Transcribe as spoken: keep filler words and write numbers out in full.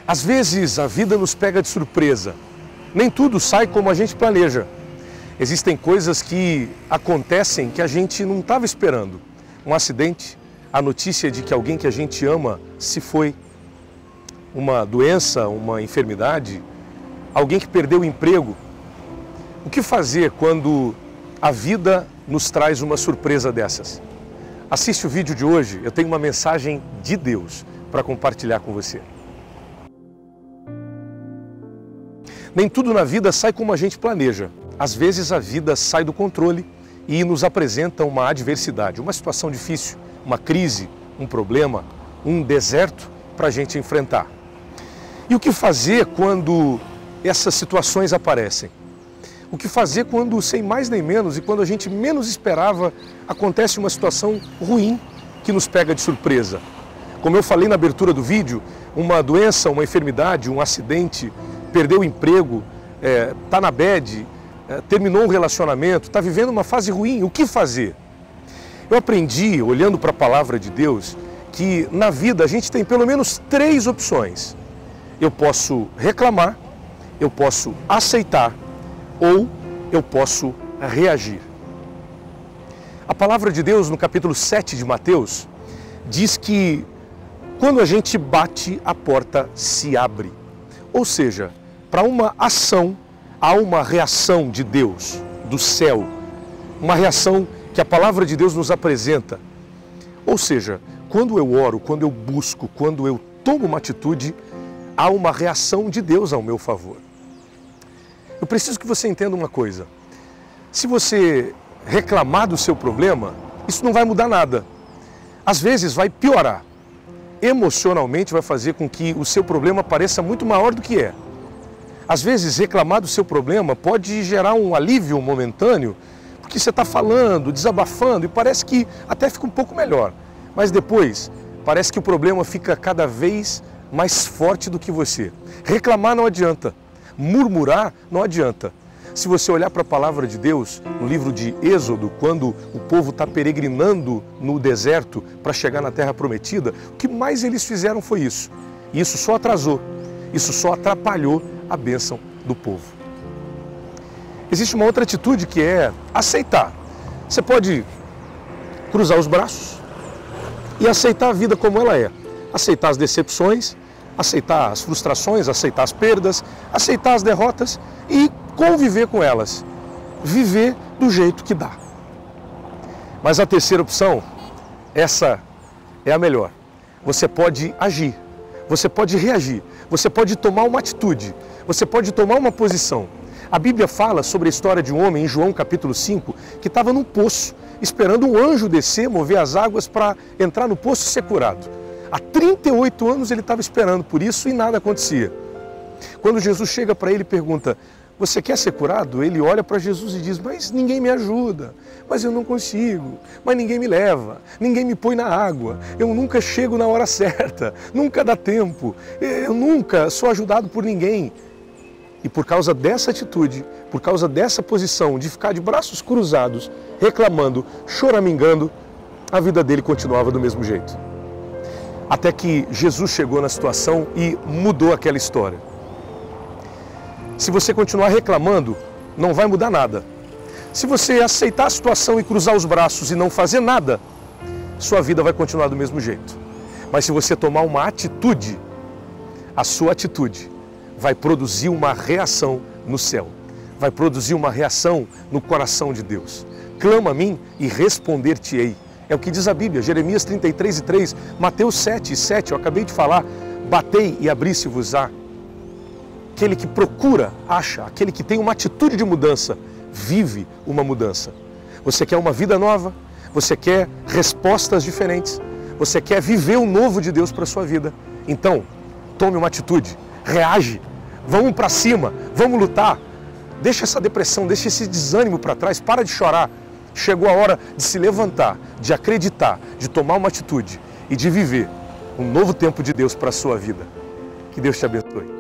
Às vezes a vida nos pega de surpresa. Nem tudo sai como a gente planeja. Existem coisas que acontecem que a gente não estava esperando. Um acidente, a notícia de que alguém que a gente ama se foi, uma doença, uma enfermidade, alguém que perdeu o emprego. O que fazer quando a vida nos traz uma surpresa dessas? Assiste o vídeo de hoje, eu tenho uma mensagem de Deus para compartilhar com você. Nem tudo na vida sai como a gente planeja. Às vezes a vida sai do controle e nos apresenta uma adversidade, uma situação difícil, uma crise, um problema, um deserto para a gente enfrentar. E o que fazer quando essas situações aparecem? O que fazer quando, sem mais nem menos, e quando a gente menos esperava, acontece uma situação ruim que nos pega de surpresa? Como eu falei na abertura do vídeo, uma doença, uma enfermidade, um acidente, perdeu o emprego, está é, na bad, é, terminou um relacionamento, está vivendo uma fase ruim, o que fazer? Eu aprendi, olhando para a palavra de Deus, que na vida a gente tem pelo menos três opções. Eu posso reclamar, eu posso aceitar ou eu posso reagir. A palavra de Deus no capítulo sete de Mateus diz que quando a gente bate, a porta se abre. Ou seja, para uma ação, há uma reação de Deus, do céu, uma reação que a palavra de Deus nos apresenta. Ou seja, quando eu oro, quando eu busco, quando eu tomo uma atitude, há uma reação de Deus ao meu favor. Eu preciso que você entenda uma coisa. Se você reclamar do seu problema, isso não vai mudar nada. Às vezes vai piorar. Emocionalmente vai fazer com que o seu problema pareça muito maior do que é. Às vezes reclamar do seu problema pode gerar um alívio momentâneo, porque você está falando, desabafando e parece que até fica um pouco melhor. Mas depois parece que o problema fica cada vez mais forte do que você. Reclamar não adianta, murmurar não adianta. Se você olhar para a palavra de Deus, no livro de Êxodo, quando o povo está peregrinando no deserto para chegar na terra prometida, o que mais eles fizeram foi isso. E isso só atrasou, isso só atrapalhou a bênção do povo. Existe uma outra atitude que é aceitar. Você pode cruzar os braços e aceitar a vida como ela é. Aceitar as decepções, aceitar as frustrações, aceitar as perdas, aceitar as derrotas e conviver com elas. Viver do jeito que dá. Mas a terceira opção, essa é a melhor. Você pode agir, você pode reagir, você pode tomar uma atitude, você pode tomar uma posição. A Bíblia fala sobre a história de um homem, em João capítulo cinco, que estava num poço, esperando um anjo descer, mover as águas para entrar no poço e ser curado. Há trinta e oito anos ele estava esperando por isso e nada acontecia. Quando Jesus chega para ele e pergunta, você quer ser curado? Ele olha para Jesus e diz, mas ninguém me ajuda, mas eu não consigo, mas ninguém me leva, ninguém me põe na água, eu nunca chego na hora certa, nunca dá tempo, eu nunca sou ajudado por ninguém. E por causa dessa atitude, por causa dessa posição de ficar de braços cruzados, reclamando, choramingando, a vida dele continuava do mesmo jeito. Até que Jesus chegou na situação e mudou aquela história. Se você continuar reclamando, não vai mudar nada. Se você aceitar a situação e cruzar os braços e não fazer nada, sua vida vai continuar do mesmo jeito. Mas se você tomar uma atitude, a sua atitude vai produzir uma reação no céu. Vai produzir uma reação no coração de Deus. Clama a mim e responder-te-ei. É o que diz a Bíblia, Jeremias trinta e três e três, Mateus sete e sete, eu acabei de falar, batei e abri-se-vos-á. Aquele que procura, acha, aquele que tem uma atitude de mudança, vive uma mudança. Você quer uma vida nova? Você quer respostas diferentes? Você quer viver o novo de Deus para a sua vida? Então, tome uma atitude, reage, vamos para cima, vamos lutar. Deixa essa depressão, deixa esse desânimo para trás, para de chorar. Chegou a hora de se levantar, de acreditar, de tomar uma atitude e de viver um novo tempo de Deus para a sua vida. Que Deus te abençoe.